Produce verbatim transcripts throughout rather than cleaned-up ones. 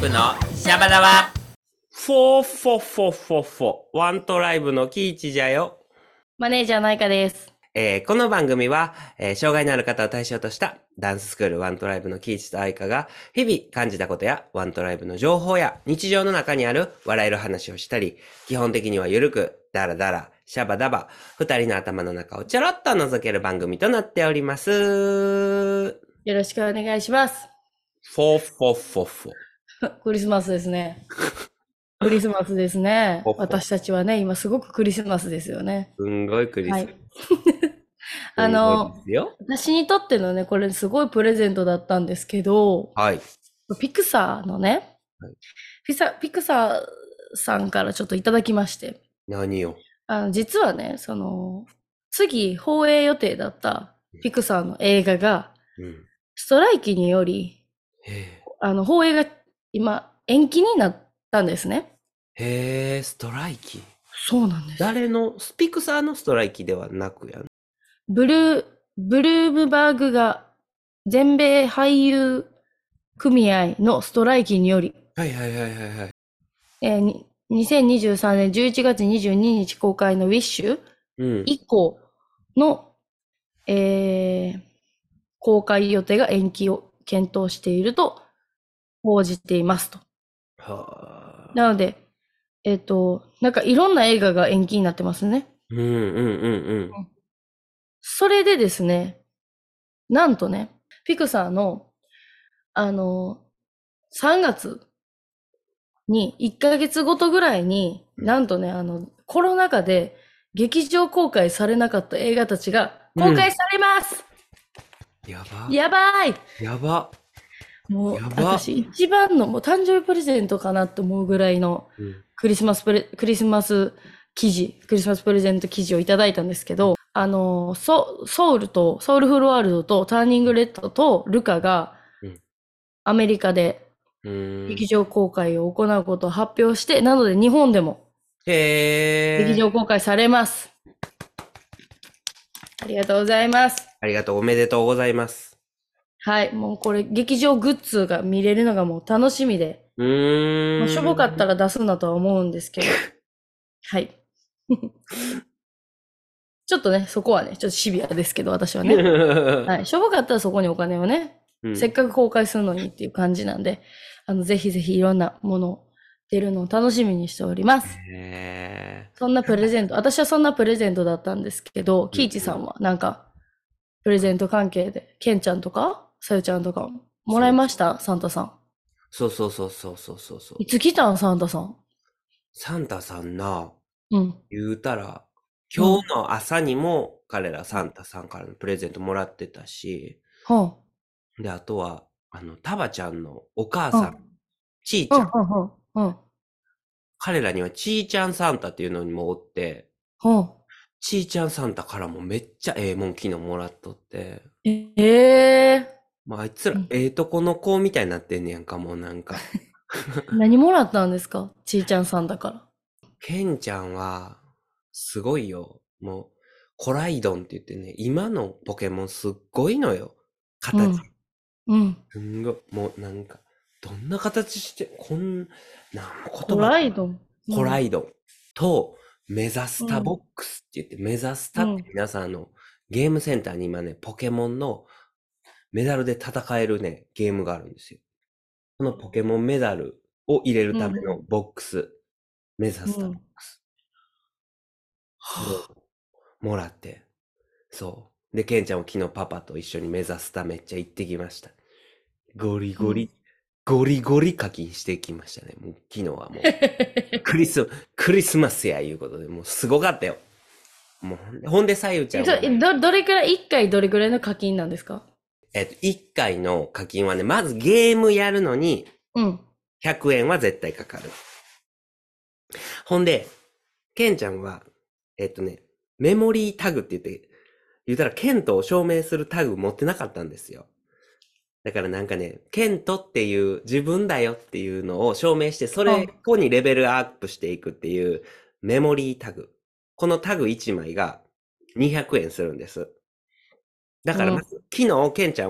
ブのシャバダバ。 フォーフォフォフォフォワントライブのキイチじゃよ。 マネージャーのイカです。 えー、この番組は、えー、障害のある方を対象としたダンススクールワントライブのキイチとアイカが日々感じたことやワントライブの情報や日常の中にある笑える話をしたり、基本的にはゆるくダラダラシャバダバ二人の頭の中をちょろっと覗ける番組となっております。 よろしくお願いします。 フォーフォフォフォクリスマスですね。クリスマスですね。 ほっほ私たちはね、今すごくクリスマスですよね。 すんごいクリスマス。 はい。あのすごいですよ。 私にとってのね、これすごいプレゼントだったんですけど、 はい。 ピクサーのね、 はいピサピクサーさんからちょっといただきまして、 何をあの実はね、その、次放映予定だったピクサーの映画が、 うん。 ストライキにより、 へあの、放映が今延期になったんですね。 え、へえ、ストライキ。 そうなんです。 誰の、スピクサーのストライキではなくやん。 ブルー、ブルームバーグが全米俳優組合のストライキにより、 はいはいはいはいはい。 えーににせんにじゅうさんねんじゅういちがつにじゅうににち公開のウィッシュうん。 以降の、えー公開予定が延期を検討していると報じていますと。 はあ。 なので、えっと、なんかいろんな映画が延期になってますね。 うんうんうんうん。 それでですね、なんとね、ピクサーの、あの、さんがつにいっかげつごとぐらいに、 うんなんとね、あの、コロナ禍で劇場公開されなかった映画たちが公開されます、 やば。 やばいやば。 もうや、ば私一番のもう誕生日プレゼントかなと思うぐらいのうん。 クリスマスプレ、クリスマス記事、クリスマスプレゼント記事をいただいたんですけど、あの、ソ、ソウルと、ソウルフルワールドとターニングレッドとルカがうんアメリカでうーん。 劇場公開を行うことを発表して、なので日本でもへえ。 劇場公開されます。ありがとうございます。 ありがとう、おめでとうございます。 はい、もうこれ劇場グッズが見れるのがもう楽しみで、 うーん。 まあしょぼかったら出すんだとは思うんですけど、はい。ちょっとね、そこはね、ちょっとシビアですけど、私はね。はい。しょぼかったらそこにお金をね、 うんせっかく公開するのにっていう感じなんで、あの、ぜひぜひいろんなもの出るのを楽しみにしております。 へそんなプレゼント、私はそんなプレゼントだったんですけど、キイチさんはなんか、プレゼント関係で、ケンちゃんとか、さゆちゃんとか、もらいましたサンタさん。 そうそうそうそうそうそうそう。 いつ来たんサンタさん。 サンタさんな、 うん。 言うたら、今日の朝にも彼らサンタさんからのプレゼントもらってたし、 はで、あとは、あの、タバちゃんのお母あ、 さん、ちーうん、 ちゃん。 うん、うん、うん。 彼らにはちーちゃんサンタっていうのにもおって、 うんちーちゃんサンタからもめっちゃええもん昨日もらっとって、 ええまあ、あいつらうんええとこの子みたいになってんねやんか、もうなんか。 ー、何もらったんですかちーちゃんさんだから。 ケンちゃんは、すごいよ。もう、コライドンって言ってね、今のポケモンすっごいのよ。形。 うん。 すんごい、もうなんか、どんな形して、こん、なんもコ言葉ライドン。 コライイドンと、メザスタボックスって言って、メザスタって皆さんあの、ゲームセンターに今ね、ポケモンのメダルで戦えるね、ゲームがあるんですよ。このポケモンメダルを入れるためのボックス、メザスタボックス。 はをもらって。そう。で、ケンちゃんも昨日パパと一緒に目指すためっちゃ行ってきました。ゴリゴリ、 うんゴリゴリ課金してきましたね。もう昨日はもう。クリス、クリスマスやいうことで、もうすごかったよ。もう、ほんで、さゆちゃんは、 えど、どれくらい、一回どれくらいの課金なんですかえっと、いっかいの課金はね、まずゲームやるのに、 うん。 ひゃくえんは絶対かかる。ほんで、ケンちゃんは、えっとね、メモリータグって言って、言ったらケントを証明するタグ持ってなかったんですよ。だからなんかね、ケントっていう自分だよっていうのを証明して、それこにレベルアップしていくっていうメモリータグ。このタグいちまいがにひゃくえんするんです。だからまず、昨日ケンちゃんは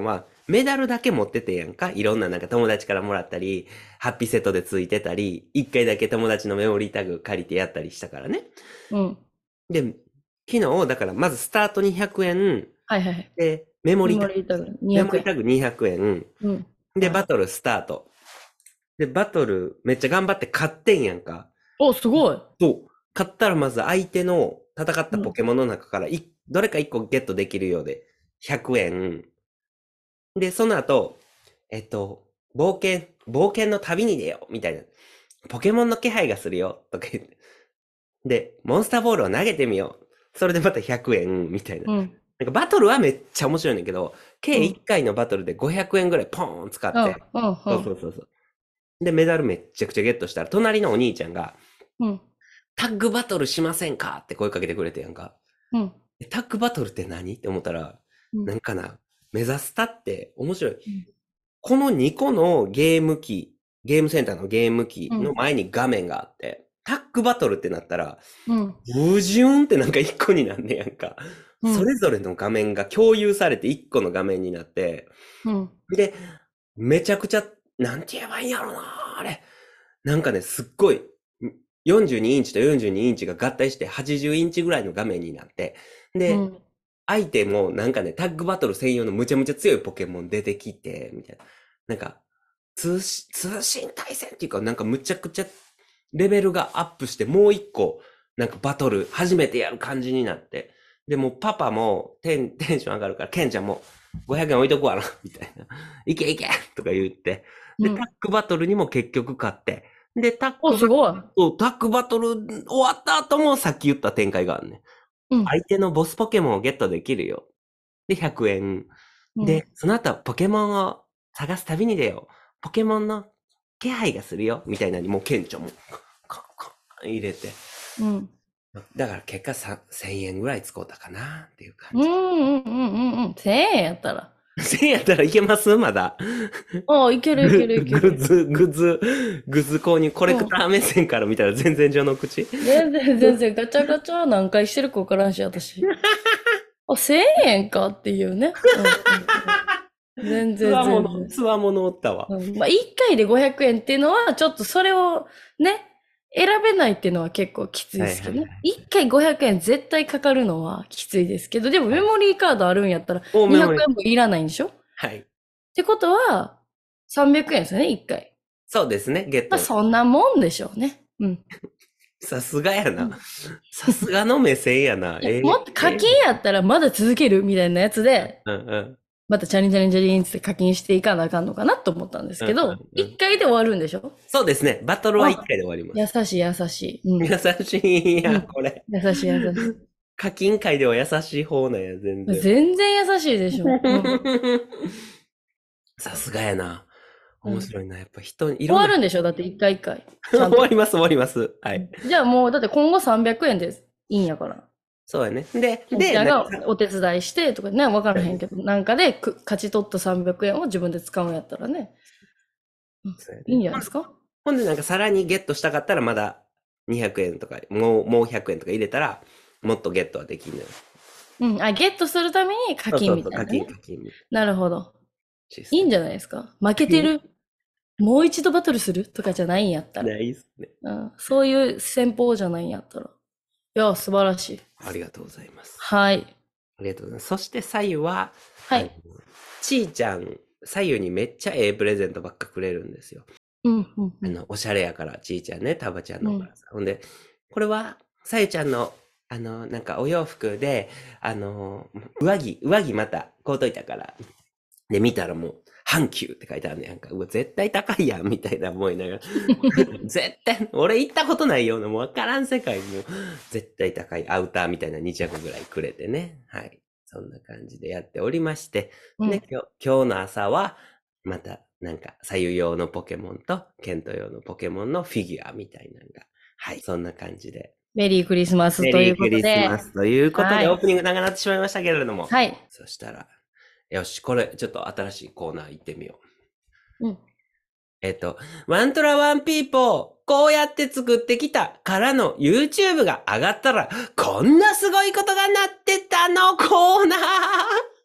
メダルだけ持っててやんか。いろんななんか友達からもらったり、ハッピーセットでついてたり、一回だけ友達のメモリータグ借りてやったりしたからね。 うん。 で、昨日、だからまずスタートにひゃくえん、 はいはいはい。 で、メモメリータグ、 モリータグメモにひゃくえん。 リータグにひゃくえん、 うん。 で、 はいバトルスタート。で、バトルめっちゃ頑張って勝ってんやんか。 お、すごい。 そう。勝ったらまず相手の戦ったうん。 ポケモンの中からい、どれかいっこゲットできるようで、ひゃくえん。で、その後、えっと、冒険、冒険の旅に出ようみたいな。ポケモンの気配がするよとか言って。で、モンスターボールを投げてみよう。それでまたひゃくえんみたいな。 うん。 なんかバトルはめっちゃ面白いんだけど、計うん。 いっかいのバトルでごひゃくえんぐらいポーン使っうん。 て、 うん。う。 そうそうんそうそう。で、メダルめっちゃくちゃゲットしたら、隣のお兄ちゃんが、 うん。 タッグバトルしませんかって声かけてくれてやんか。 うん。 えタッグバトルって何って思ったら、 うん。 なんかな、目指したって面白い。 うん。 このにこのゲーム機、ゲームセンターのゲーム機うん。 の前に画面があって、タッグバトルってなったら、 うん。 ブジューンってなんかいっこになんねやんか。 うん。 それぞれの画面が共有されていっこの画面になって、 うん。 で、めちゃくちゃ、なんて言えばいいんやろな、あれ。なんかね、すっごい、よんじゅうにインチとよんじゅうにインチが合体してはちじゅうインチぐらいの画面になって、で、 うん。 相手もなんかね、タッグバトル専用のむちゃむちゃ強いポケモン出てきて、みたいな。なんか、通信、通信対戦っていうか、なんかむちゃくちゃレベルがアップして、もう一個、なんかバトル初めてやる感じになって。で、もうパパもテン、テンション上がるから、ケンちゃんもごひゃくえん置いとくわな、みたいな。いけいけとか言って。で、 うん。 タッグバトルにも結局勝って。で、タッお、 グバすごい。 そうタッグバトル終わった後もさっき言った展開があるね。 うん。 相手のボスポケモンをゲットできるよ。で、ひゃくえん。 うん。 で、その後はポケモンを探す旅に出よう。ポケモンの気配がするよ。みたいなにもうケンちゃんもカンカン入れて。 うん。 だから結果させんえんぐらい使うたかなっていう感じ。 うんうんうんうんうん。せんえんやったら。 せんえんやったらいけますまだ。 ああ、いけるいけるいける。 グズ、グズ、グズ購入、コレクター目線から見たら全然序の口。 全然全然ガチャガチャ何回してるか分からんし、私。あ、せんえんかっていうね。うんうんうん、全然つわもの、 全然。 つわものおったわ。 うん、まあ、いっかいでごひゃくえんっていうのは、ちょっとそれをね、選べないっていうのは結構きついですけどね。 はいはいはいいっかいごひゃくえん絶対かかるのはきついですけど、でもメモリーカードあるんやったらおメモリーにひゃくえんもいらないんでしょっはい。 てことは、さんびゃくえんですよね、いっかい。 そうですね、ゲット。 まあ、そんなもんでしょうね。うん。 さすがやうんな。さすがの目線やな。ええもっと課金やったらまだ続けるみたいなやつで、 うんうん。 またチャリンチャリンチャリンって課金していかなあかんのかなと思ったんですけどうんうんうん、 いっかいで終わるんでしょ？ そうですね。バトルはいっかいで終わります。 優しい優しい。うん、 優しいや、 うんこれ。 優しい優し課金会では優しい方なんや、全い。 然。 全然優しいでしょ。うんさすがやな。面白いな。やっぱ人に、い終ろんな。 わるんでしょ？だっていっかいいっかい。ちゃん終とわります、終わります。はい。 じゃあもう、だって今後さんびゃくえんでいいんやから。 そうやね。で、 で、 で、 がなんかお手伝いしてとかね、わからへんけど、なんかでく勝ち取ったさんびゃくえんを自分で使うんやったらね、うんそうやねいいんじゃないですか？ ほんでなんかさらにゲットしたかったらまだにひゃくえんとか、もう、もうひゃくえんとか入れたら、もっとゲットはできるのよ。 うん。あ、ゲットするために課金みたいな、ね。 そうそうそう課金、課金みたいなるほど。 な。 いいんじゃないですか？負けてる、もう一度バトルするとかじゃないんやったら。 ないっすね。 うん、そういう戦法じゃないんやったら。いや、素晴らしい。 ありがとうございます。 はい。 ありがとうございます。そして左右は、 はいあの。ちーちゃん、左右にめっちゃええプレゼントばっかくれるんですよ。 うん、うん、うあん。 の、おしゃれやから、ちーちゃんね、タバちゃんのお母さん。ほんで、これは、さゆちゃんの、あの、なんかお洋服で、あの、上着、上着また買うといたから。で、見たらもう、阪急って書いてあるねやんか。うわ、絶対高いやん、みたいな思いながら。絶対、俺行ったことないような、もうわからん世界にも、絶対高いアウターみたいなに着ぐらいくれてね。はい。そんな感じでやっておりまして。 うんで、今日、今日の朝は、また、なんか、左右用のポケモンと、ケント用のポケモンのフィギュアみたいなのが、はい、そんな感じで。 メリークリスマスメといリークリスうことで。 マスということで、 はいオープニング長くなってしまいましたけれども。 はい。 そしたら、よし、これ、ちょっと新しいコーナー行ってみよう。 うん。 えっと、ワントラワンピーポー、こうやって作ってきたからの YouTube が上がったら、こんなすごいことがなってたのコーナー。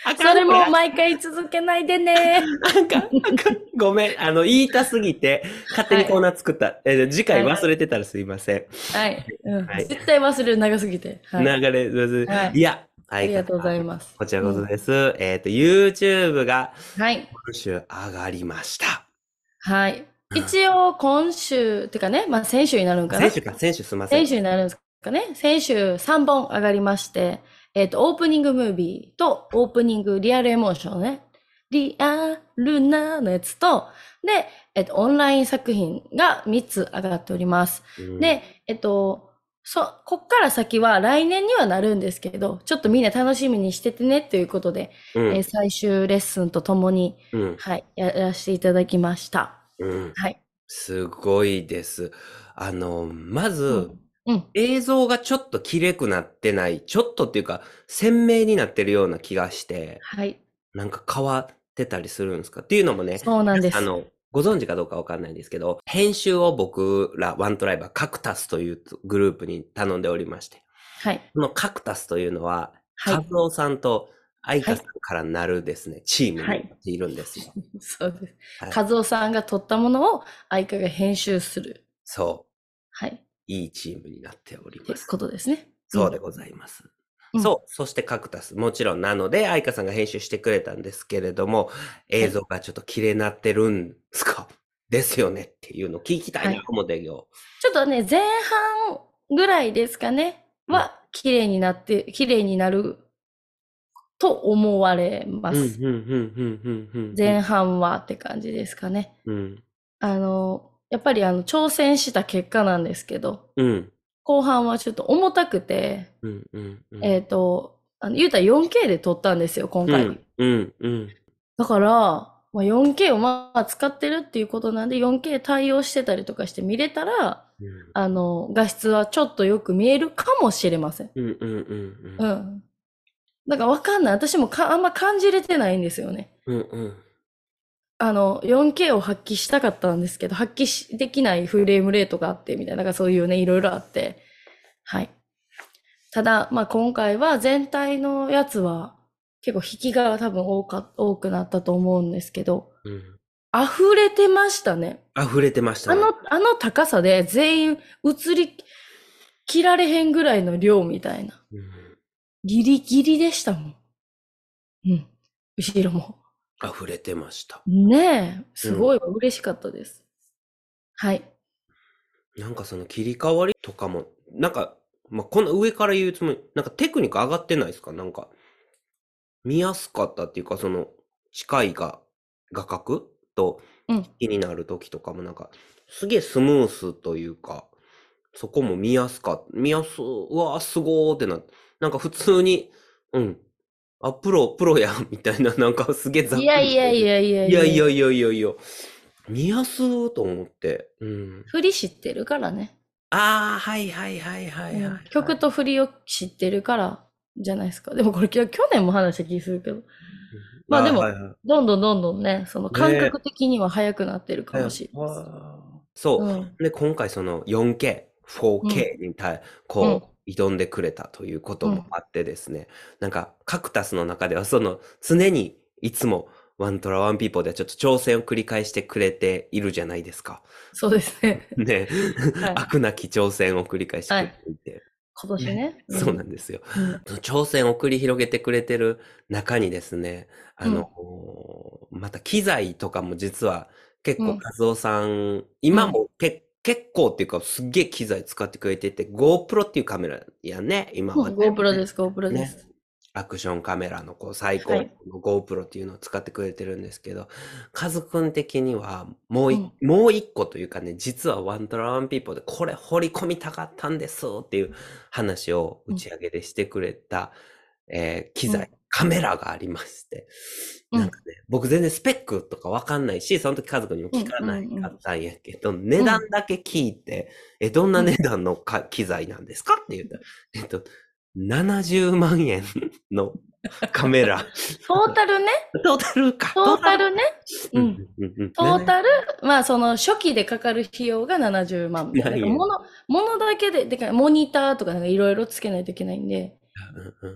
あそれかんこれ。 も毎回続けないでね。 あかん、あかん。ごめん。あの、言いたすぎて、勝手にコーナー作った。えー次回忘れてたらすいません。 はい。うん。 はい。 絶対忘れる、長すぎて。はい。 流れず、 はい。 いや、 ありがとうござい相方、 ます。 こちらうん。 こそです。えっと、YouTube がはい。 今週上がりました。 はい。 うん一応、今週、てかね、まあ、先週になるんかな。 選手か、選手すいません。 先週になるんですかね。先週さんぼん上がりまして、えっと、オープニングムービーと、オープニングリアルエモーションね。リアルなのやつと、で、えっと、オンライン作品がみっつ上がっております。 うんで、えっと、そ、こっから先は来年にはなるんですけど、ちょっとみんな楽しみにしててねっていうことで、 うんえー最終レッスンとともに、 うんはい、やらせていただきました。 うんはい。 すごいです。あの、まず、 うん。うん。 映像がちょっと綺麗くなってない、ちょっとっていうか、鮮明になってるような気がして、 はい。 なんか変わってたりするんですかっていうのもね、 そうなんです。 あの、ご存知かどうかわかんないんですけど、編集を僕らワントライバーカクタスというグループに頼んでおりまして、 はい。 このカクタスというのは、 はい。 カズオさんとアイはい。 カさんからなるですね、チームになっはい。 ているんですよ。 そうです。 はい。 和夫さんが撮ったものを愛花が編集する。 そはい。っう。いいチームになっておりてます。 ことですね。うん。 そうでございます。 うん。 そう。そしてカクタス。もちろんなので、愛花さんが編集してくれたんですけれども、映像はい。 がちょっと綺麗になってるんですかですよねっていうのを聞きたいな、 はい。 思ってよ。 ちょっとね、前半ぐらいですかね。 うん。 は、綺麗になって、綺麗になると思われまうん、うん、 す。 うん、うん、うん、うん、うん。 前半はって感じですかね。 うん、 あの、やっぱりあの、挑戦した結果なんですけど、 うん、 後半はちょっと重たくて、 うん、うん、うん、 えっと、あの、言うたら よんケー で撮ったんですよ、今回は。 うん、うん、うん、 だから、まあ、よんケー をまあ使ってるっていうことなんで、よんケー 対応してたりとかして見れたら、あの、画質はちょっとよく見えるかもしれません。 うん、うん、うん、 うん。だからわかんない。私もかあんま感じれてないんですよね。 うん、うん、 あの、よんケー を発揮したかったんですけど、発揮しできないフレームレートがあって、みたいな、なんかそういうね、いろいろあって。はい。ただ、まあ今回は全体のやつは結構引きが多分多か、多くなったと思うんですけど、 うん。 溢れてましたね。 溢れてましたね。 あの、あの高さで全員映り切られへんぐらいの量みたいな。 うん。 ギリギリでしたもん。うん。後ろも。 溢れてました。 ねえ、 うん。 すごい嬉しかったです。はい。 なんかその切り替わりとかも、なんか、まあ、この上から言うつもり、なんかテクニック上がってないですかなんか、見やすかったっていうか、その、近いが、画角とうん。 気になる時とかもなんか、すげえスムースというか、そこも見やすかった。見やす、うわーすごーってなって、なんか普通に、うん、あ、プロ、プロや、みたいな、なんかすげえざいっくやいやいりしてる。 やいやいやいやいや。 いやいやいやいや、見やすーと思って。うん。 振り知ってるからね。 ああ、はいはいはいはいはいうん。 はい。 曲と振りを知ってるからじゃないですか。でもこれ去年も話した気するけど。 うんああ、はいまあでも、 はどんどんどんどんね、そのい。ね感覚え。 的には速くなってるかもはや、 しれないです。 わあ。そうん。 う。で、今回その よんケー、 うん。 フォーケー に対、 うん。 こう、挑んでくれたということうん。 もあってですね。なんか、カクタスの中ではその、常にいつもワントラワンピーポーではちょっと挑戦を繰り返してくれているじゃないですか。 そうですね。 ね。 はい。 飽くなき挑戦を繰り返してくれはい。 ていて。 今年ね。 ね。うそうん。 なんですよ。 うん。 その挑戦を繰り広げてくれてる中にですね、あの、 うん。 また機材とかも実は結構うん。 和夫さん、 うん。 今もけ結構っていうかすっげえ機材使ってくれてて、GoPro っていうカメラやね、今はうん。 全部 GoPro ね。 です、GoPro でね。 す。 アクションカメラのこう最高はい。 の GoPro っていうのを使ってくれてるんですけど、カズくん的にはもうい、 うん。 もう一個というかね、実はワントラワンピーポーでこれ掘り込みたかったんですっていう話を打うん。 ち上げでしてくれた、えー機材、 うん。 カメラがありまして、 うん。 なんかね、僕全然スペックとかわかんないし、その時家族にも聞うん。うん。 かないうん。 かったんやけど、値うん。 段だけ聞いて、え、どんなうん。 値段のか機材なんですかって言ったら、えっと、ななじゅうまんえんのカメラ。 トータルね。 トータルか。トータル。 トータルね。 うん、 うん。 うん、うん、うん。 トータル、まあその初期でかかる費用がななじゅうまんみたいな。だからななじゅうまん円。 物、物だけで、でかモニターとかなんかいろいろつけないといけないんで、 うんうん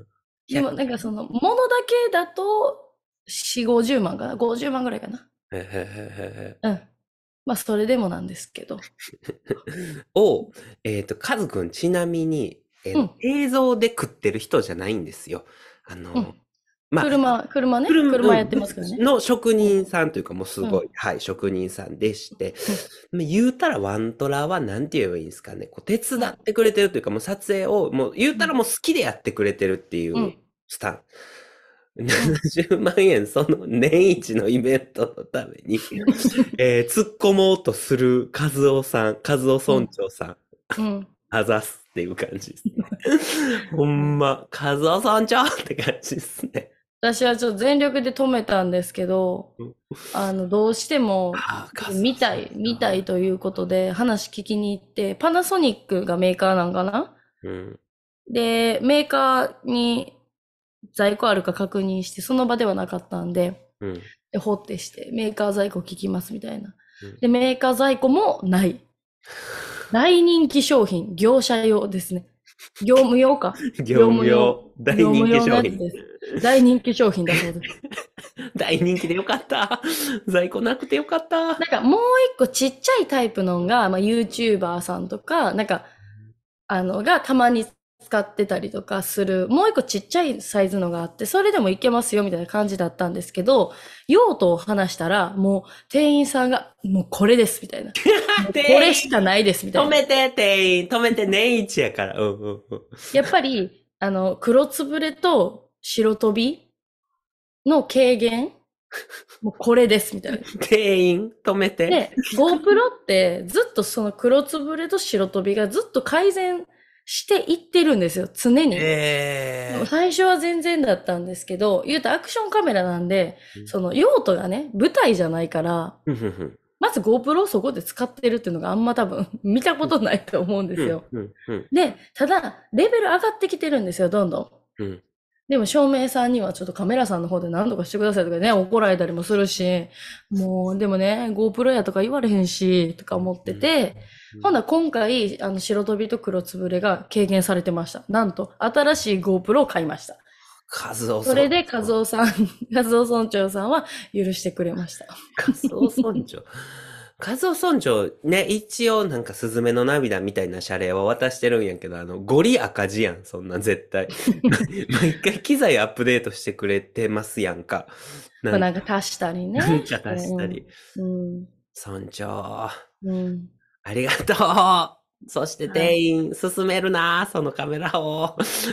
でもなんかその、ものだけだと、よん、ごじゅうまんかな？ ごじゅう 万ぐらいかな。 へへへへへ。 うん。まあ、それでもなんですけど。 を、えっと、カズくんちなみに、えーうん。 映像で食ってる人じゃないんですよ。あうの、 ん。 まあ、 車、車ね。 車、うん、 車やってますからね。 の職うん。 人さんというかもうすうん。 ごい、はい、職人さんでして、 うん。 まあ言うたらワントラはなんて言えばいいんですかね。こう手伝うん。 ってくれてるというか、もう撮影を、もう言ううん。 たらもう好きでやってくれてるっていううん。 スタン。 うん。 ななじゅうまん円、その年一のイベントのために、えー突っ込もうとする和夫さん、和夫村うん。 長さん、 うん。 あざすっていう感じですね。ほはい。 んま、和夫村長って感じですね。 私はちょっと全力で止めたんですけど、 うん。 あの、どうしてもああ、和夫村見たい、見たい長。 ということで話聞きに行って、パナソニックがメーカーなんかな。 うん。 で、メーカーに在庫あるか確認して、その場ではなかったんで、 うん。 で、掘ってして、メーカー在庫聞きますみたいな。 うん。 で、メーカー在庫もない。大人気商品、業者用ですね。業務用か。 業業務用。 務用、大業務人気商品。 用のやつです。大人気商品だそうです。 大人気でよかった。在庫なくてよかった。 なんかもう一個ちっちゃいタイプのが、まあ、YouTuber さんとか、なんか、あの、がたまに使ってたりとかする、もう一個ちっちゃいサイズのがあって、それでもいけますよみたいな感じだったんですけど、用途を話したら、もう店員さんが、もうこれですみたいな。もうこれ店員、 しかないですみたいな。 止めて、店員、止めて、年一やから。うんうんうん。 やっぱり、あの、黒つぶれと白飛びの軽減、もうこれですみたいな。 店員、止めて。 で、GoPro ってずっとその黒つぶれと白飛びがずっと改善していってるんですよ、常に。でもえ最初は全然だったんですけど、言うとアクションカメラなんで、 ー。 その用途がね、舞台じゃないから、 うんふんふん。 まず GoPro をそこで使ってるっていうのがあんま多分見たことないと思うんでうんすよ。 うんうんで、ただ、レベル上がってきてるんですよ、どんどん。 うん。 でも照明さんにはちょっとカメラさんの方で何とかしてくださいとかね、怒られたりもするし、もう、でもね、GoPro やとか言われへんし、とか思ってて、ほんなら今回、あの、白飛びと黒つぶれが軽減されてました。なんと、新しい GoPro を買いました。 カズオ村それで、和長。 夫さん、和夫村長さんは許してくれました。 カズオ村長。カズオ村長、ね、一応なんかスズメの涙みたいな謝礼は渡してるんやけど、あの、ゴリ赤字やん、そんなん絶対。毎回機材アップデートしてくれてますやんか。 まあ、 なんか、 なんか足したりね、 なんかして、 足したり。 うん。 村長、 うん。うん。 ありがとう。そしてはい。 店員、進めるな、そのカメラを。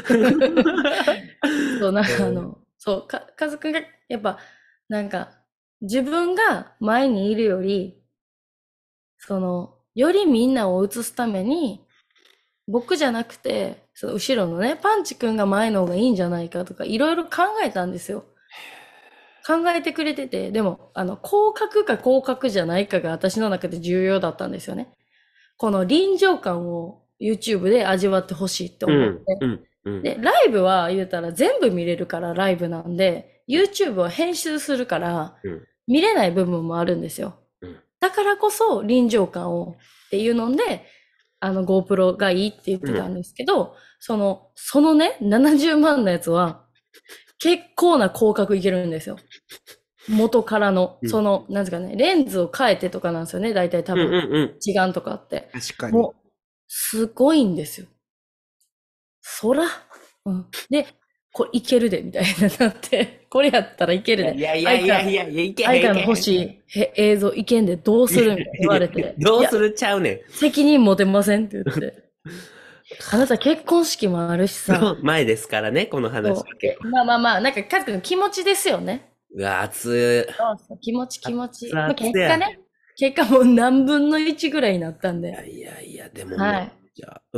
そう、なんかあうんの、そう、か、かずくんが、やっぱ、なんか、自分が前にいるより、その、よりみんなを映すために、僕じゃなくて、その後ろのね、パンチくんが前の方がいいんじゃないかとか、いろいろ考えたんですよ。考えてくれてて、でも、あの、広角か広角じゃないかが私の中で重要だったんですよね。この臨場感を YouTube で味わってほしいってう思って。 ん、うん、うん。 で、ライブは言うたら全部見れるからライブなんで、YouTube は編集するからうん、 見れない部分もあるんですよ。 うん。 だからこそ臨場感をっていうので、あの GoPro がいいって言ってたんですけど、その、そのね、ななじゅうまんのやつは結構な広角いけるんですよ。元からの、 うん、 その、なんですかね、レンズを変えてとかなんですよね、大体多うん、う分。 ん、うん。 一眼とかって。 確かに。 もう、すごいんですよ。そら、うん。で、これいけるで、みたいななって、これやったらいけるで。 いやいや相川、 いやいやいや、いけへんい相川の欲けへん。 しいへ映像いけんでどういやするみたいな言われいやて、いや、 どうするちゃうねん。 責任持てませんって言って。あなた結婚式もあるしさ、 前ですからね、この話はそう。 結構。 まあまあまあ、なんか、かずくんの気持ちですよね。 うわ、熱い。 そうそう、気持ち気持ち。まあ熱々や。 結果ね、結果もう何分のいちぐらいになったんで。 いやいやいや、でもめっはい。 ちゃ、うん。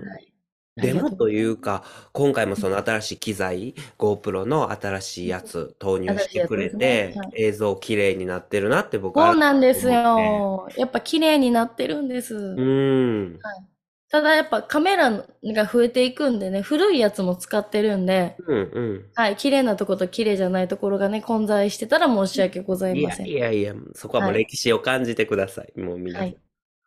はい。ありがとうごでもとざいます。 いうか、今回もその新しい機材、GoPro の新しいやつ投入し新しいやつてくれですね。 て、 はい。 映像綺麗になってるなって僕改そうなんですめて思って。 よ。やっぱ綺麗になってるんです。 うーん。 はい。ただやっぱカメラが増えていくんでね、古いやつも使ってるんで、 うんうん。 はい、綺麗なとこと綺麗じゃないところがね、混在してたら申し訳ございいやません。 いやいや、そこはもうはい。 歴史を感じてください。もう皆さん。 はい。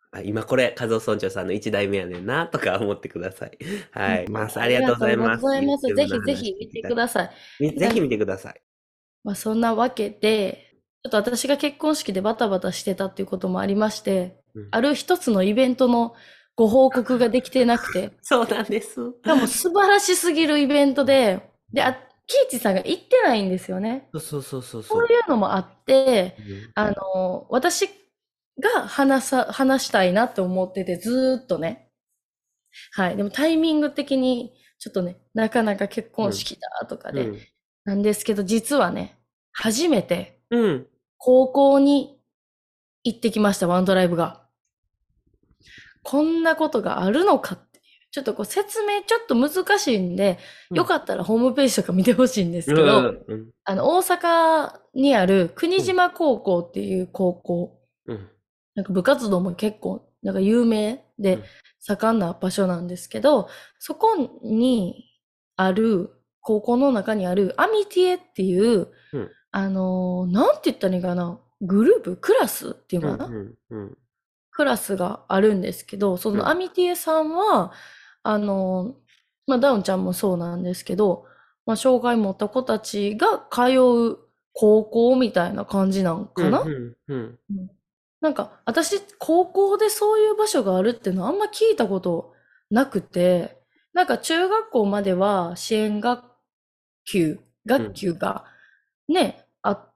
あ、今これ、和夫村長さんの一代目やねんな、とか思ってください。はい。まあ、あありりがとうごがとうございます。 ざいます。ぜ YouTube のひぜ話ひ見て聞いただください。 みぜひ見てください。 まあ、そんなわけで、ちょっと私が結婚式でバタバタしてたっていうこともありまして、 うんある一つのイベントのご報告ができてなくて、 そうなんです。 しかも素晴らしすぎるイベントで、で、あ、キイチさんが行ってないんですよね。 そうそうそうそうそう。 そういうのもあって、 うんあの、私が話さ、話したいなって思ってて、ずーっとね。はい。でもタイミング的に、ちょっとね、なかなか結婚式だとかで、 うん。 なんですけど、実はね、初めてうん。 高校に行ってきました、ワンドライブが。こんなことがあるのかっていう。ちょっとこう説明ちょっと難しいんで、 うんよかったらホームページとか見てほしいんですうけど、 ん。うん。 あの、大阪にある国島高校っていう高校、 うん。 なんか部活動も結構、なんか有名でうん盛んな場所なんですけど、そこにある、高校の中にあるアミティエっていう、 うんあのーなんて言ったらいいかな、グループクラスっていううん。 のかな、 うん。 クラスがあるんですけど、そうんのアミティエさんは、あの、まあ、ダウンちゃんもそうなんですけど、まあ、障害持った子たちが通う高校みたいな感じなんうん。 かな、 うん。うんうんなんか、私、高校でそういう場所があるっていうのはあんま聞いたことなくて、なんか中学校までは支援学級、学級がね、あって、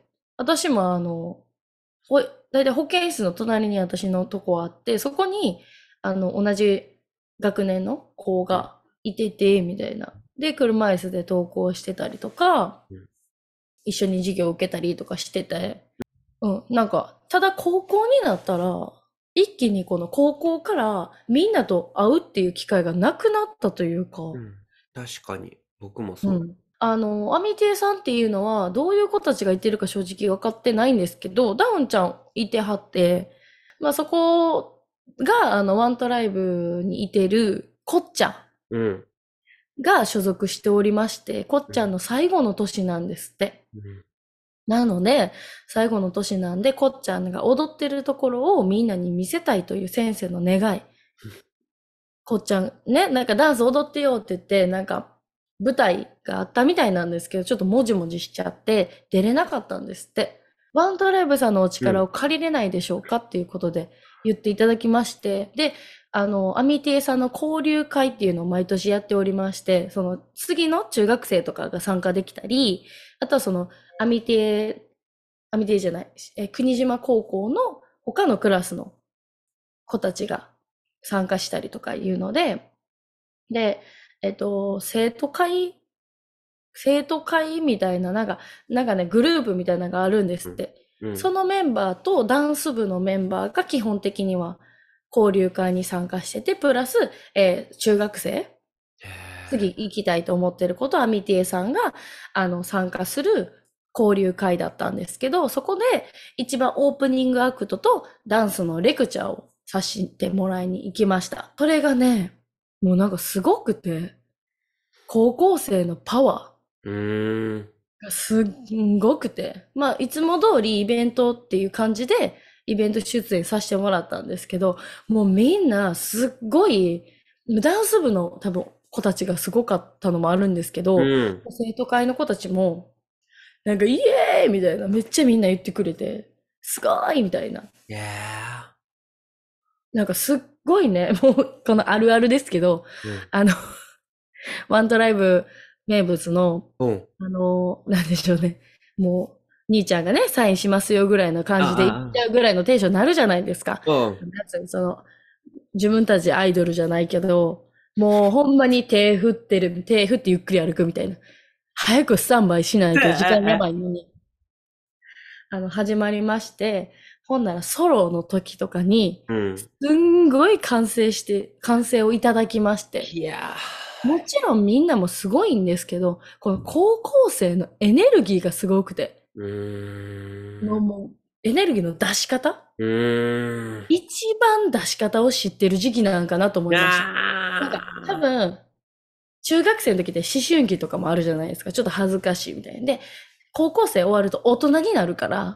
私もあの、ほ、だいたい保健室の隣に私のとこあって、そこに、あの、同じ学年の子がいてて、みたいな。で、車椅子で登校してたりとか、 うん一緒に授業を受けたりとかしてて、うん、なんか、ただ高校になったら、一気にこの高校からみんなと会うっていう機会がなくなったというか、 うん。確かに。僕もそう。 うん。あの、アミティエさんっていうのは、どういう子たちがいてるか正直分かってないんですけど、ダウンちゃんいてはって、まあそこが、あの、ワントライブにいてるこっちゃうん。 んが所属しておりまして、こっちゃんの最後の年なんですって。 うんなので、最後の年なんで、こっちゃんが踊ってるところをみんなに見せたいという先生の願い。こっちゃんね、なんかダンス踊ってよって言って、なんか舞台があったみたいなんですけど、ちょっともじもじしちゃって出れなかったんですって。ワントライブさんのお力を借りれないでしょうかっていうことで言っていただきまして、で、あの、アミティエさんの交流会っていうのを毎年やっておりまして、その次の中学生とかが参加できたり、あとはそのアミティエ、アミティエじゃない、え、国島高校の他のクラスの子たちが参加したりとかいうので、で、えっと、生徒会、生徒会みたいな、なんか、なんかね、グループみたいなのがあるんですって。 うん。 そのメンバーとダンス部のメンバーが基本的には交流会に参加してて、プラス、えー中学生、 へー次行きたいと思ってることは、ミティエさんが、あの、参加する交流会だったんですけど、そこで一番オープニングアクトとダンスのレクチャーをさせてもらいに行きました。それがね、もうなんかすごくて、高校生のパワうーん。 ーがすんごくて、まあ、いつも通りイベントっていう感じで、イベント出演させてもらったんですけど、もうみんなすっごい、ダンス部の多分子たちがすごかったのもあるんですけうど、 ん。 生徒会の子たちも、なんかイエーイみたいな、めっちゃみんな言ってくれて、すごいみたいな。 いやなんかすっごいね、もうこのあるあるですけど、 ー。 あの、ワントライブ名物の、 うん。うん。 あの、なんでしょうね。もう、兄ちゃんがね、サインしますよぐらいの感じで言っちゃうぐらいのテンションになるじゃないですか。 うん。 なんつうのその、自分たちアイドルじゃないけど、もうほんまに手振ってる、手振ってゆっくり歩くみたいな。早くスタンバイしないと時間やばいのに。あの、始まりまして、ほんならソロの時とかに、 うん。 すんごい完成して、完成をいただきまして。 いやもちろんみんなもすごいんですけど、この高校生のエネルギーがすごくて、 ー。うーん。 のもう、エネルギーの出し方うーん。 一番出し方を知ってる時期なんかなと思いました。なんか、多あ分、中学生の時って思春期とかもあるじゃないですか。ちょっと恥ずかしいみたいな。で、高校生終わると大人になるから、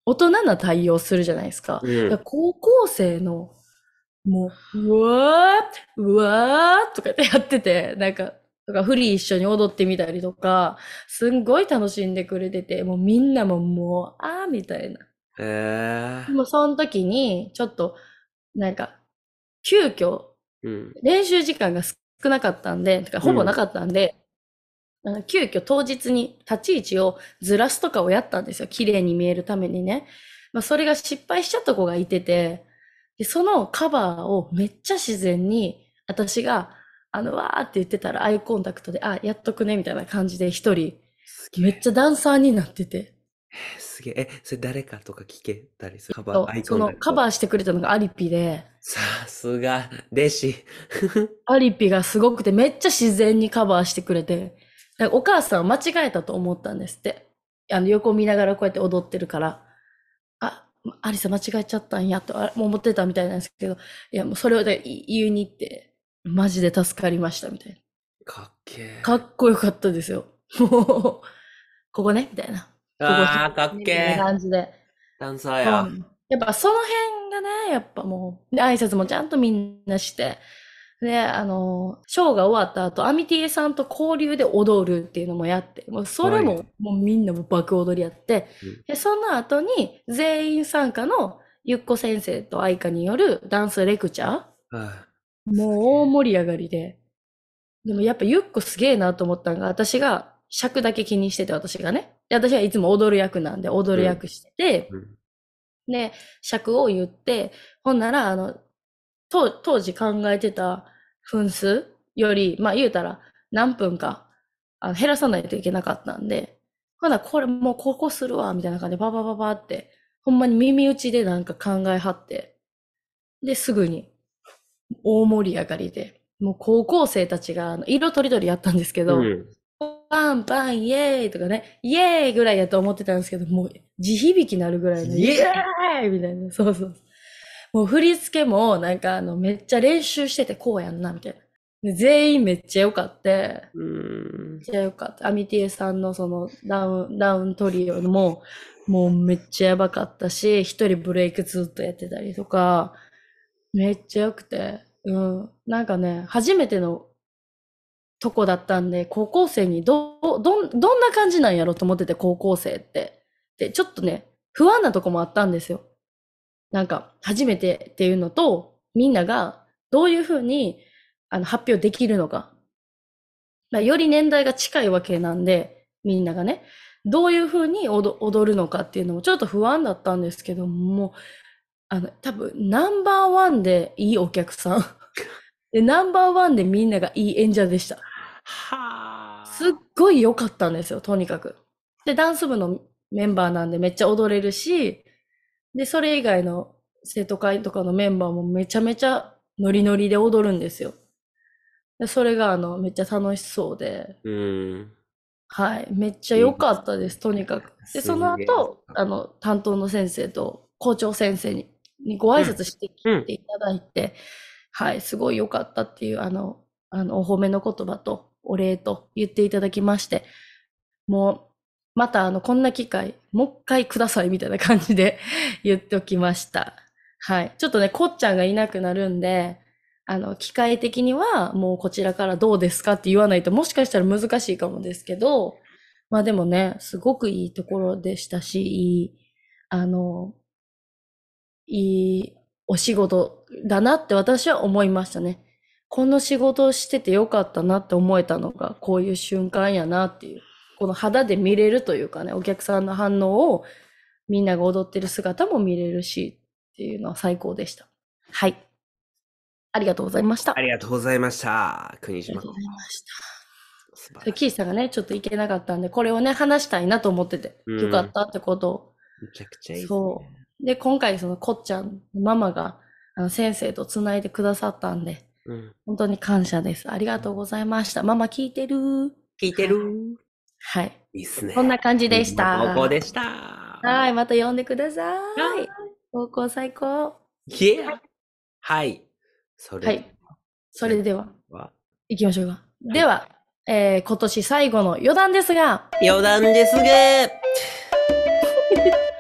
大人な対応するじゃないですか。 うんだから高校生の、もう、うわー、うわーとかってやってて、なんか、とかフリー一緒に踊ってみたりとか、すんごい楽しんでくれてて、もうみんなももう、あーみたいな。 へえ。 でもその時に、ちょっと、なんか、急遽、 うん。 練習時間が少なかったんで、てかほぼなかったんで、あの急遽当日に立ち位置をずらすとかをやったんですよ。綺麗に見えるためにね。まあ、それが失敗しちゃった子がいてて、で、そのカバーをめっちゃ自然に、私が、あの、わーって言ってたらアイコンタクトで、あ、やっとくね、みたいな感じで一人、 すげえ。 めっちゃダンサーになってて、 えすげえ。え、それ誰かとか聞けたりするカバー、アと、 イコそのカンタクト。 バーしてくれたのがアリピで、 さすが、弟子。 アリピがすごくて、めっちゃ自然にカバーしてくれて、なんかお母さんは間違えたと思ったんですって。あの、横見ながらこうやって踊ってるから、あ、アリサ間違えちゃったんやと、あもう思ってたみたいなんですけど、いや、もうそれをでい言いに行って、マジで助かりましたみたいな。 かっけかえ。 っこよかったですよ。もう、ここね、みたいな。ここ、 ああ、かっみたいなけえ。 感じで。 ダンサーや。 そう。やっぱその辺がね、やっぱもう、で、挨拶もちゃんとみんなして、で、あの、ショーが終わった後、アミティエさんと交流で踊るっていうのもやって、もうそれはい。 も、もうみんなも爆踊りやって、 うんで、その後に全員参加のゆっこ先生と愛花によるダンスレクチャー、 はもう大盛り上がりで、でもやっぱゆっこすげえなと思ったのが、私が尺だけ気にしてて、私がね。で、私はいつも踊る役なんで、踊るい。うん。 役してて、 うん。 で、尺を言って、ほんなら、あの、当当時考えてた分数より、まあ言うたら何分かあの減らさないといけなかったんで、ほな、これもうここするわ、みたいな感じでババババって、ほんまに耳打ちでなんか考えはって、で、すぐに大盛り上がりで、もう高校生たちがあの色とりどりやったんですけど、 うん。 パンパンイエーイとかね、イエーイぐらいやと思ってたんですけど、もう地響きなるぐらいのイエイエーイみたいな、そうそう。もう振り付けもなんかあのめっちゃ練習しててこうやんな、みたいな。で全員めっちゃ良かって、 うーん。 めっちゃ良かった。アミティエさんのそのダウン、ダウントリオももうめっちゃやばかったし、一人ブレイクずっとやってたりとか、めっちゃ良くて、うん。なんかね、初めてのとこだったんで、高校生にど、どん、どんな感じなんやろと思ってて、高校生って。で、ちょっとね、不安なとこもあったんですよ。なんか、初めてっていうのと、みんながどういうふうにあの発表できるのか。まあより年代が近いわけなんで、みんながね、どういうふうに踊踊るのかっていうのもちょっと不安だったんですけども、あの、多分ナンバーワンでいいお客さん。で、ナンバーワンでみんながいい演者でした。すっはあ。 ごい良かったんですよ、とにかく。で、ダンス部のメンバーなんでめっちゃ踊れるし、で、それ以外の生徒会とかのメンバーもめちゃめちゃノリノリで踊るんですよ。で、それがあの、めっちゃ楽しそうで、 うーん。 はい、めっちゃ良いいです。 かったです、とにかく。で、 すそのげえ。 後、あの、担当の先生と校長先生に、にご挨うん。 拶してきうん。 ていただいて、はい、すごい良かったっていう、あの、あの、お褒めの言葉とお礼と言っていただきまして、もう、またあの、こんな機会、もう一回くださいみたいな感じで言っておきました。はい。ちょっとね、こっちゃんがいなくなるんで、あの、機械的にはもうこちらからどうですかって言わないともしかしたら難しいかもですけど、まあでもね、すごくいいところでしたし、いい、あの、いいお仕事だなって私は思いましたね。この仕事をしててよかったなって思えたのがこういう瞬間やなっていう。この肌で見れるというかね、お客さんの反応をみんなが踊ってる姿も見れるしっていうのは最高でした。はい。ありがとうございました。 ありがとうございました。国島君。 ありがとうございました。それ素晴らしい。 キーさんがね、ちょっと行けなかったんで、これをね、話したいなと思ってて、よかうん。 ったってことを。 めちゃくちゃいいですそね。 う。で、今回そのこっちゃんのママが、あの、先生とつないでくださったんで、 うん。 本当に感謝です。ありがとうございました。ママ聞いてる？ 聞いてる？ はい。はい。 いいっすね。 こんな感じでし国島高校た。 でした。 はい。また呼んでください。 あ高校最高。 ーイエーはい。それではい。それでは、 は、 行きましょうか。 はい。 では、えー今年最後の余談ですが、 余談ですが、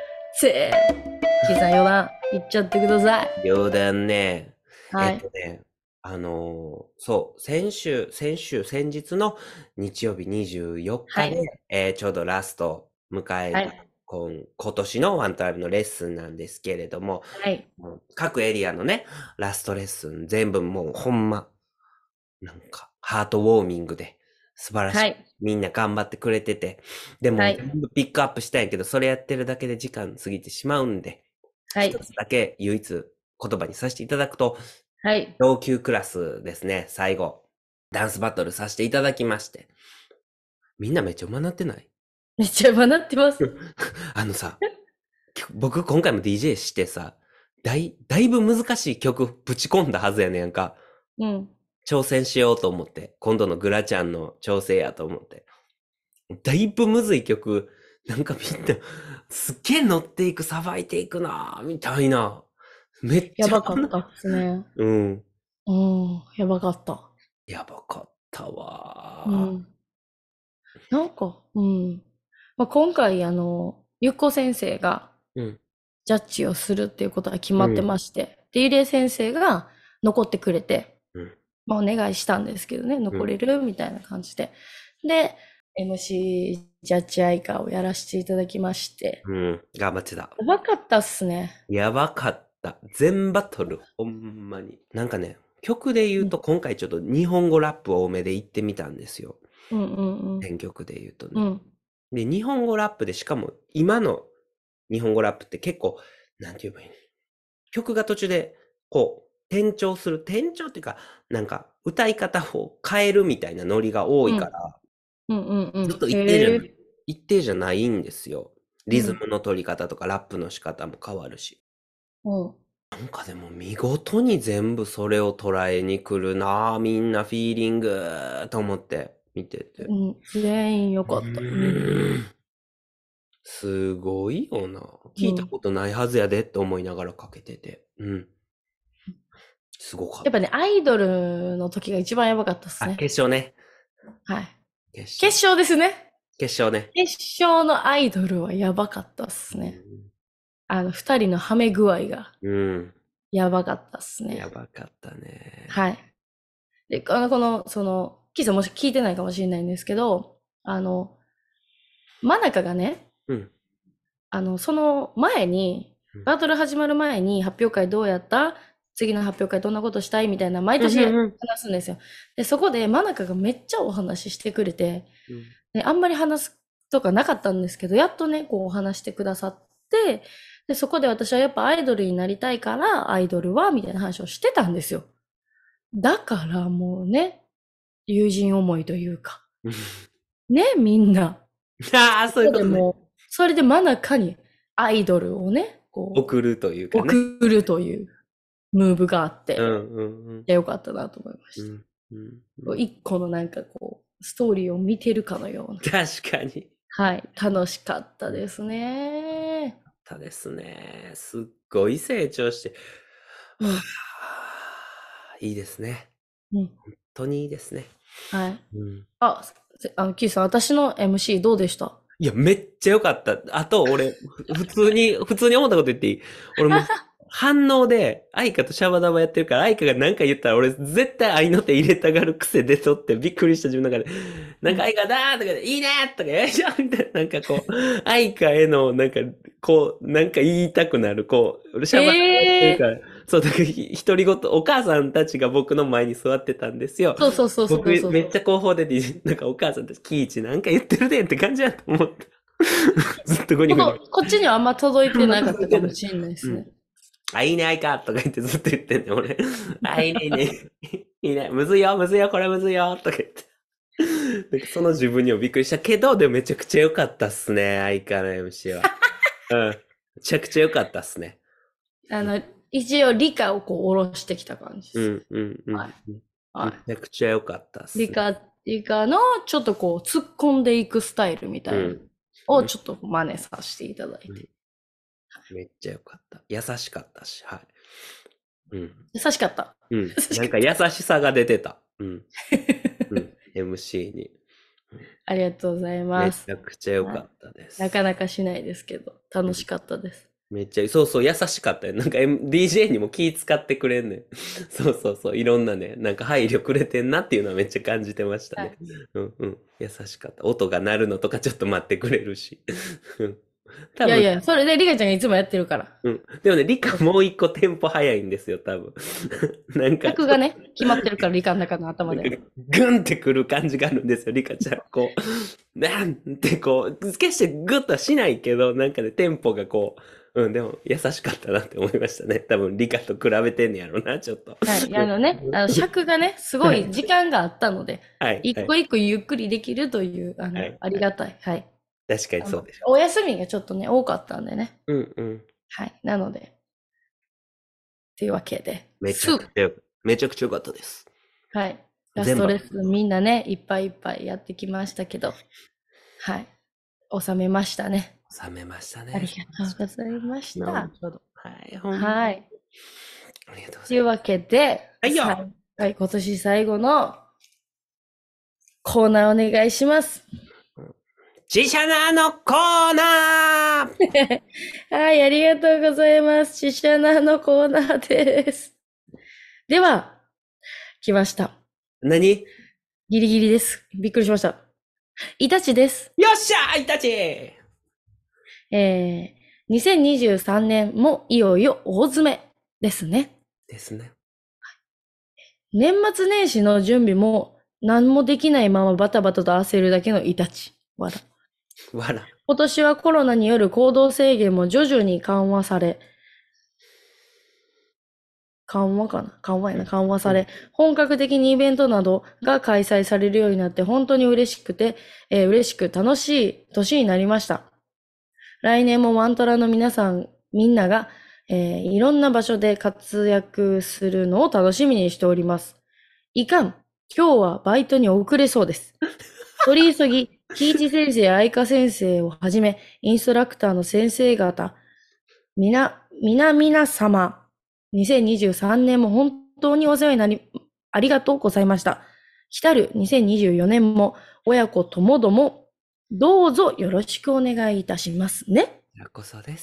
せー。キーさん余談言っちゃってください。 余談ね。 はい。 えっとね、あのーそう、先週、先週、先日の日曜日にじゅうよっかで、 はい。 えーちょうどラスト迎えた、 はい。 今今年のワントライブのレッスンなんですけれども、 はい。 もう各エリアのね、ラストレッスン全部もうほんま、なんか、ハートウォーミングで素晴らしい。 はい。 みんな頑張ってくれてて、でもはい。 全部ピックアップしたんやけど、それやってるだけで時間過ぎてしまうんで、 はい。 一つだけ唯一言葉にさせていただくと、 はい。 上級クラスですね、最後、ダンスバトルさせていただきまして。みんなめっちゃ学ってない？ めっちゃ学ってます。 あのさ、僕今回も ディージェー してさ、だい、だいぶ難しい曲ぶち込んだはずやねんやんか。 うん。 挑戦しようと思って。今度のグラちゃんの調整やと思って。だいぶむずい曲、なんかみんな、すっげえ乗っていく、さばいていくなぁ、みたいな。めっちゃ。 やばかったっすね。 うん。 うん。やばかった。 やばかったわー。 うん。なんか、うん。まあ、今回、あの、ゆっこ先生がうん。 ジャッジをするっていうことが決まってうん。 まして、で、ゆりえ先生が残ってくれて、 うん。 まあ、お願いしたんですけどね、残れるみたいな感じで。で、エムシー ジャッジアイカーをやらせていただきまして、 うん。頑張ってた。 やばかったっすね。 やばかった。全バトル、ほんまに。なんかね、曲で言ううと、今回ちょっと日本語ラップ多めで言ってみたんですよ。 んうんうん。 選曲で言うとね。 うん。 で、日本語ラップで、しかも今の日本語ラップって結構、なんて言えばいいの？曲が途中で、こう、転調する。転調っていうか、なんか、歌い方を変えるみたいなノリが多いから、 うんうんうん。 ずっと一定じゃない、 へえ。 一定じゃないんですよ。リズうん。 ムの取り方とかラップの仕方も変わるし。 うん。 なんかでも見事に全部それを捉えに来るなぁ、みんなフィーリングと思って見てて。 うん。全員ようかった。うん。 ーん。すごいよな。聞いたうん。 ことないはずやでって思いながらかけてて。うん。すごかった。 やっぱね、アイドルの時が一番やばかったっすあ、 ね。 決勝ね。 はい。 決決勝。 勝ですね。 決勝ね。 決勝のアイドルはやばかったっすね。あの、二人のはめ具合がうん。うん。 やばかったっすやね。 ばかったね。 はい。で、あの、この、その、キーさんもし聞いてないかもしれないんですけど、あの、マナカがね、 うん。 あの、その前に、 うんバトル始まる前に発表会どうやった？次の発表会どんなことしたいみたいな毎うん年話うんうん。 すんですよ。で、そこでマナカがめっちゃお話ししてくれて、 うんで、あんまり話すとかなかったんですけど、やっとね、こうお話してくださって、で、そこで私はやっぱアイドルになりたいから、アイドルは、みたいな話をしてたんですよ。だからもうね、友人思いというか、 うんね、みんな。 ああ、そういうことね。 でも、それで真中にアイドルをね、こ送るというう、 かね。 送るというムーブがあって、 うんうんうん。 でよかったなと思いましうんうんた。 うん。 一個のなんかこう、ストーリーを見てるかのような。 確かに。 はい、楽しかったですね。 たですね。すっごい成長して。 うんはあ、いいですね。 うん。 本当にいいですね。 はい。 うん。 あ、せあの、キーさん、私の エムシー どうでした？ いや、めっちゃ良かった。あと、俺、ふ普通に、普通に思ったこと言っていい？俺もう、反応で、愛花とシャバダバやってるから、愛花が何か言ったら、俺、絶対愛の手入れたがる癖出とってびっくりした自分の中で。なんか愛花だーとかで、いいねーとか、よいしょみたいな、なんかこう、愛花への、なんか、こう、なんか言いたくなる、こう、俺シャバダバやってるから、そう、だから、ひ独り言、お母さんたちが僕の前に座ってたんですよ。 そうそうそうそう僕、 そう。 めっちゃ後方で、なんかお母さんたち、キイチなんか言ってるでって感じやと思って。ずっとゴニゴニ。 ここっちにはあんま届いてなかったかもしれないですね。 あ、いいね、あいかとか言ってずっと言ってんねん、俺。あ、いいね、いいね。いいね、むずいよ、むずいよ、これむずいよ、とか言って。なんかその自分にもびっくりしたけど、でもめちゃくちゃ良かったっすね、あいかの エムシー は。うん。めちゃくちゃ良かったっすね。 あの、一応理科をこう下ろしてきた感じです。 うん、うん、うん。 はいはい。 めちゃくちゃ良かったっすね。 理科、理科のちょっとこう突っ込んでいくスタイルみたいなのをちょっと真似させていただいて。 うんめっちゃ良かった。優しかったし、はい。うん。 優しかった。 うん。 優しかったなんか優しさが出てた。うん。うん。エムシー に。 ありがとうございめます。 ちゃくちゃ良かったです。 なかなかしないですけど、楽しかったです。 めっちゃ、そうそう、優しかったよ。なんか、M- ディージェー にも気使ってくれんねん。そうそうそう、いろんなね、なんか配慮くれてんなっていうのはめっちゃ感じてましたね。 はい。 うんうん。優しかった。音が鳴るのとかちょっと待ってくれるし。うん多分、 いやいや、それでリカちゃんがいつもやってるから。 うん。でもね、リカもう一個テンポ早いんですよ、多分。なんか、 尺がね、決まってるから、リカの中の頭では。 グンってくる感じがあるんですよ、リカちゃん。こう、なんてこう、決してグッとはしないけど、なんかね、テンポがこう、うん、でも優しかったなって思いましたね。多分、リカと比べてんねやろな、ちょっと。 はい。あのね、あの尺がね、すごい時間があったので、 はい、はい、 一個一個ゆっくりできるという、あの、 はい。 ありがたい。はい。 確かにあの、 そうでしょお休みがちょっとね、多かったんでね。 う。うんうん。 はい。なので、というわけで、 めちゃすぐ、 くちゃ、めちゃくちゃ良かったです。 はい。ラス全部。 トレッスンみんなね、いっぱいいっぱいやってきましたけど、はい。収めましたね。 収めましたありね。 がとうございましなるた。 ほど。はい、ほんま。 はい。 ありがとうございます。 というわけで、 はいよ。 さはい、今年最後のコーナーお願いします。 自社ナーのコーナーはい、ありがとうございます。シシャナのコーナーです。では、来ました。 何ギリギリです。びっくりしました。イタチです。 よっしゃーイタチえー、にせんにじゅうさんねんもいよいよ大詰めですね。 ですね。 年末年始の準備も何もできないままバタバタと焦るだけのイタチ。わら。 わら。 今年はコロナによる行動制限も徐々に緩和され、緩和かな緩和やな緩和され、本格的にイベントなどが開催されるようになって本当に嬉しくて、えー嬉しく楽しい年になりました。来年もマントラの皆さん、みんなが、えーいろんな場所で活躍するのを楽しみにしております。いかん。今日はバイトに遅れそうです。取り急ぎ、キイチ先生、愛花先生をはじめ、インストラクターの先生方、みな、みなみな様、にせんにじゅうさんねんも本当にお世話になり、ありがとうございました。来たるにせんにじゅうよねんも、親子ともども、どうぞよろしくお願いいたしますね。 こちらこそです。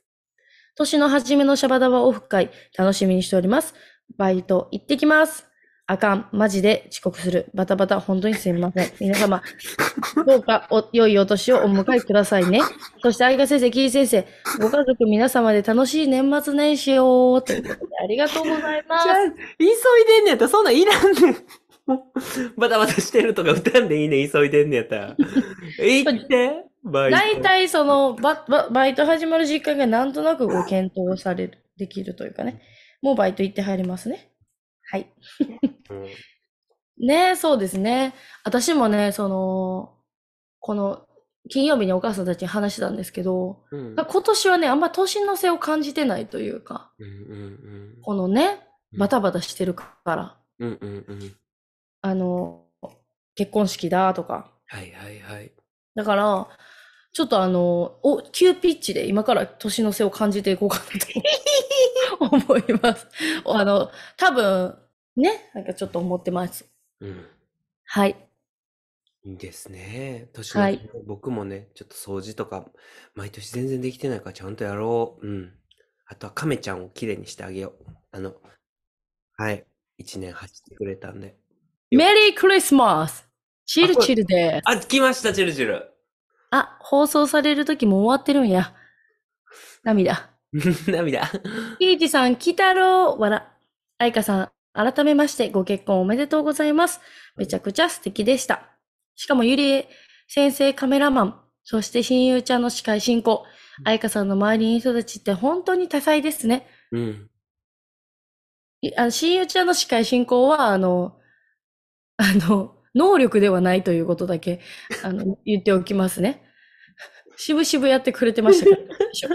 年の初めのシャバダバオフ会、楽しみにしております。バイト行ってきます。あかん、マジで遅刻する。バタバタ、本当にすみません。皆様、どうかお良いお年をお迎えくださいね。そして、相賀先生、キリ先生、ご家族皆様で楽しい年末年始を、ということで、ありがとうございます。 じゃあ、急いでんねやったらそんなんいらんねん。バタバタしてるとか歌んでいいねん、急いでんねやったら。行って、バイト。 大体、そのバ、バ、バイト始まる時間がなんとなくご検討される、できるというかね。もうバイト行って入りますね。はい。 うんねえ、そうですね。私もね、その、この、金曜日にお母さんたちに話してたんですけど、 うん今年はね、あんま年の瀬を感じてないというか、 うんうんこのね、 うんバタバタしてるから、 うんうんうん。 あの、結婚式だとか。 はいはいはい。 だから、ちょっとあの、お、急ピッチで今から年の瀬を感じていこうかなと思います。あの、多分、ね、なんかちょっと思ってます。 うん。 はい。 いいですね。年の、 はい。 僕もね、ちょっと掃除とか、毎年全然できてないからちゃんとやろう。うん。あとは亀ちゃんをきれいにしてあげよう。あの、はい。一年走ってくれたんで。よメリークリスマスチルチルです。 あ、来ました、チルチル。 あ、放送される時も終わってるんや。涙。 涙。 ピーチさん、来たろう。わら。愛花さん、改めましてご結婚おめでとうございます。めちゃくちゃ素敵でした。しかもゆりえ先生カメラマン、そして親友ちゃんの司会進行、愛花さんの周りにいる人たちって本当に多彩ですね。 うん。 いあの親友ちゃんの司会進行は、あの、あの、能力ではないということだけ、あの、言っておきますね。渋々やってくれてましたから。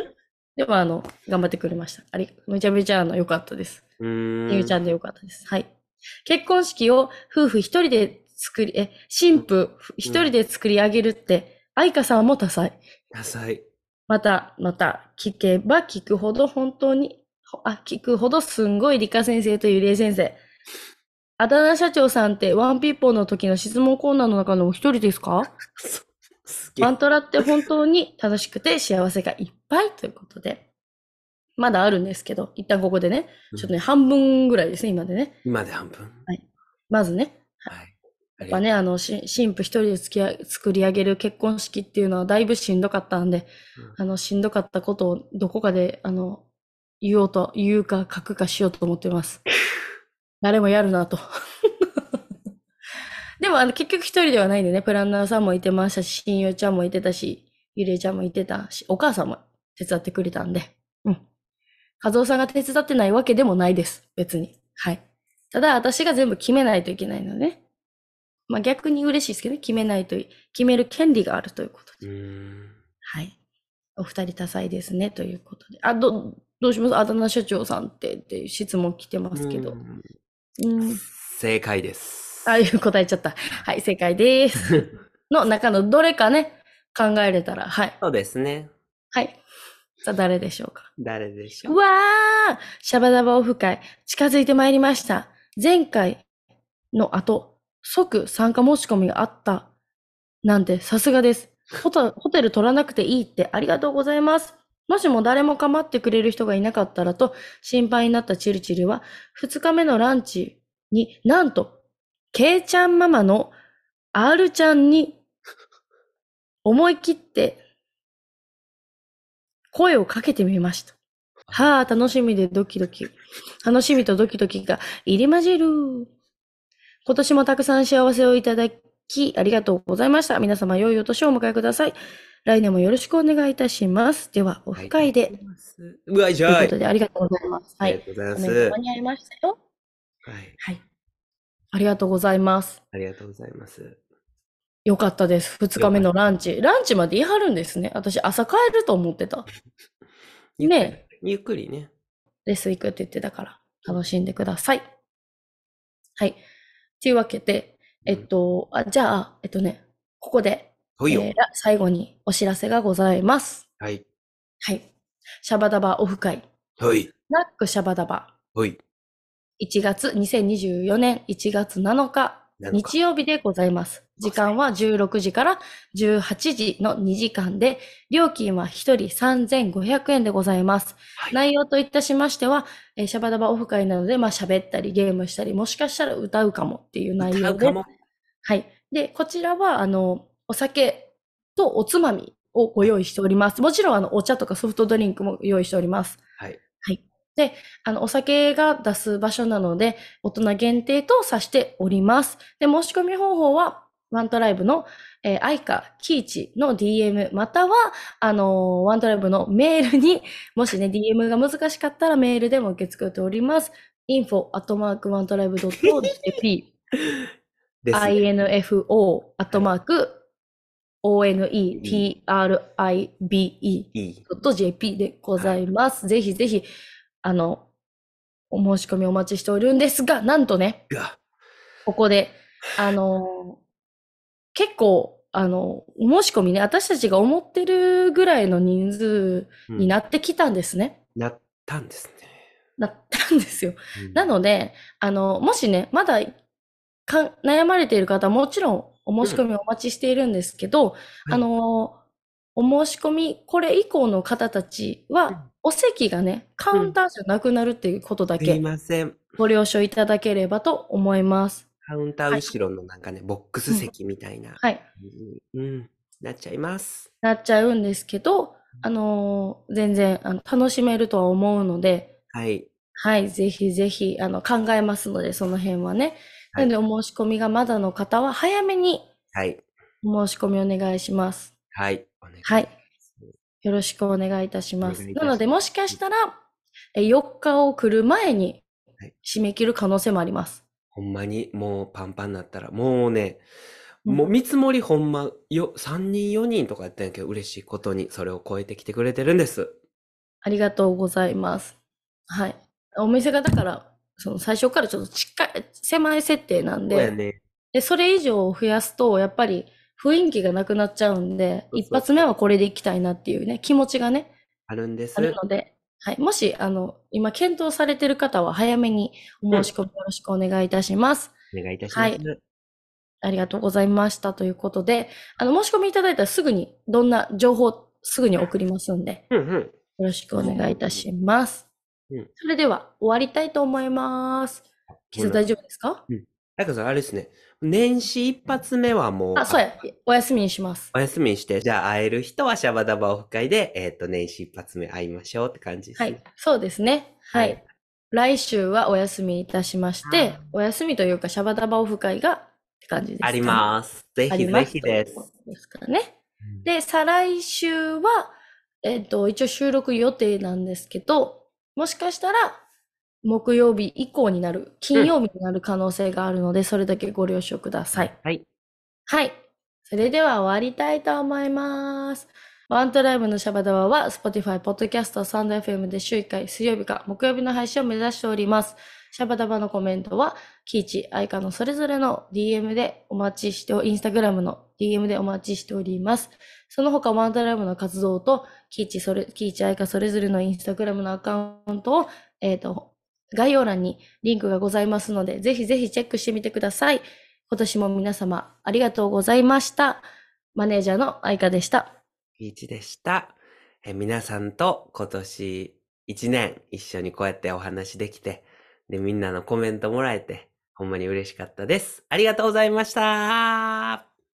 でも、あの、頑張ってくれました。あり、めちゃめちゃ、あの、良かったです。 うーん。 ゆうちゃんで良かったです。はい。結婚式を夫婦一人で作り、え、新婦一人で作り上げるって、愛花さんも多彩。 野菜。 また、また、聞けば聞くほど本当に、あ、聞くほどすんごい理科先生とゆりえ先生。あだ名社長さんってワンピーポーの時の質問コーナーの中のお一人ですか？ すげえ。 マントラって本当に楽しくて幸せがいっぱいということで。 まだあるんですけど、一旦ここでね、 うんちょっとね、半分ぐらいですね、今でね。 今で半分。 まずね。 はい。あやっりがとう。 ぱね、あの、し新婦一人で付き合い作り上げる結婚式っていうのはだいぶしんどかったんで、 うんあの、しんどかったことをどこかで、あの、言おうと、言うか書くかしようと思ってます。誰もやるなと。でも、あの、結局一人ではないんでね、プランナーさんもいてましたし、親友ちゃんもいてたし、ゆりえちゃんもいてたし、お母さんも手伝ってくれたんで、うん。和夫さんが手伝ってないわけでもないです。別に。はい。ただ、私が全部決めないといけないのでね。まあ逆に嬉しいですけどね。決めないとい、決める権利があるということうで。 ーん。 はい。お二人多彩ですね、ということで。あ、ど、どうしますあだ名社長さんってっていう質問来てますけど。 うんうん。 正解です。 ああいう答えちゃった。はい、正解です。の中のどれかね、考えれたら、はい。 そうですね。 はい。さあ、誰でしょうか。 誰でしょう。 うわーシャバダバオフ会、近づいてまいりました。前回の後、即参加申し込みがあったなんてさすがです。ホタホテル取らなくていいってありがとうございます。もしも誰も構ってくれる人がいなかったらと心配になったチルチルは、二日目のランチになんと、ケイちゃんママの R ちゃんに思い切って声をかけてみました。はあ、楽しみでドキドキ。楽しみとドキドキが入り混じる。今年もたくさん幸せをいただき、ありがとうございました。皆様、良いお年をお迎えください。来年もよろしくお願いいたします。では、オフ会で。 うわ、じゃあ。 ということで、ありがとうございます。はい。 ありがとうございまコメントす。 間に合いましたよ。 はい。 はい。ありがとうございます。 ありがとうございます。 よかったです。二日目のランチ。ランチまで言い張るんですね。私、朝帰ると思ってた。 ゆっくりねえ。 ゆっくりね。 レッスン行くって言ってたから、楽しんでください。はい。というわけで、えっと、あじゃあ、えっとね、ここで、 ほいよ。 えー最後にお知らせがございます。 はい。 はい。シャバダバオフ会。 はい。 ナックシャバダバ。 はい。 いちがつ、にせんにじゅうよねんいちがつなのか、 なのか日曜日でございます。時間はじゅうろくじからじゅうはちじのにじかんで、料金はひとりさんぜんごひゃくえんでございます。 はい。 内容といたしましては、えーシャバダバオフ会なので、まあ喋ったりゲームしたり、もしかしたら歌うかもっていう内容で歌うかも。 はい。で、こちらは、あの、お酒とおつまみをご用意しております。もちろん、あの、お茶とかソフトドリンクも用意しております。 はい。 はい。で、あの、お酒が出す場所なので、大人限定とさしております。で、申し込み方法は、ワントライブの、えー、アイカ、キーチの ディーエム、または、あのーワントライブのメールに、もしね、ディーエム が難しかったらメールでも受け付けております。インフォ アットマーク ワントライブ ドット ジェーピーですね。 インフォ アットマーク オーエヌイーティーアールアイビーイーいい。 ドット ジェーピー でございます。ぜひぜひ、あの、お申し込みお待ちしておるんですが、なんとね、 が。 ここで、あの、結構、あの、お申し込みね、私たちが思ってるぐらいの人数になってきたんですね。 なったんですね。 なったんですよ。 うんなので、あの、もしね、まだか悩まれている方はもちろんお申し込みお待ちしているんですけど、 うんあの、お申し込み、これ以降の方たちは、お席がね、カウンターじゃなくなるっていうことだすいけません。 ご了承いただければと思います。 カウンターはい後ろのなんかね、ボックス席みたいな。 はい。 うん。なっちゃいます。 なっちゃうんですけど、あの、全然あの楽しめるとは思うので、 はい。 はい、ぜひぜひ、あの、考えますので、その辺はね。 はないので、お申し込みがまだの方は、早めにはい。 お申し込みお願いします。 はい。お願いはい。よろしくお願いいたします。 お願いいたしますなので、もしかしたら、えよっかを来る前にはい締め切る可能性もあります。 ほんまにもうパンパンになったら、もうね、 うんもう見積もりほんまよ、さんにんよにんとかやったんやけど、嬉しいことにそれを超えてきてくれてるんです。 ありがとうございます。はい。お店がだから、その最初からちょっと近い、狭い設定なんで、 そうやね。 で、それ以上増やすと、やっぱり雰囲気がなくなっちゃうんで、 そうそう一発目はこれでいきたいなっていうね、気持ちがね、 あるんです。 あるので、はい。もし、あの、今検討されている方は早めにお申し込みよろしくお願いいたします。 お願いいたします。 はいありがとうございましたということで、あの、申し込みいただいたらすぐに、どんな情報すぐに送りますんで、 うんうん。 よろしくお願いいたします。 うん。 それでは終わりたいと思います。キほな。 ス大丈夫ですか？ うん。だからさん、あれですね。年始一発目はもう、 あ、そうや。お休みにします。 お休みにして、じゃあ会える人はシャバダバオフ会で、えっと、年始一発目会いましょうって感じですね。 はい。そうですね。ははい。 い。来週はお休みいたしまして、お休みというかシャバダバオフ会がって感じでありすかね。 ます。ぜありひぜますというひです。 ことですからね。 うんで、再来週は、えっと、一応収録予定なんですけど、もしかしたら木曜日以降になる、金曜日になる可能性があるので、それだけご了承ください。 はい。 はい。それでは終わりたいと思います。ワントライブのシャバダバは Spotify、Podcast、サンド エフエム で週いっかい水曜日か木曜日の配信を目指しております。シャバダバのコメントは、キイチ、アイカのそれぞれの ディーエム でお待ちして、インスタグラムの ディーエム でお待ちしております。その他ワントライブの活動と、キイチ、それ、キイチ、アイカそれぞれのインスタグラムのアカウントを、えっと、概要欄にリンクがございますので、ぜひぜひチェックしてみてください。今年も皆様ありがとうございました。マネージャーの愛花でした。 ピーチでした。え皆さんと今年一年一緒にこうやってお話できて、で、みんなのコメントもらえて、ほんまに嬉しかったです。ありがとうございました。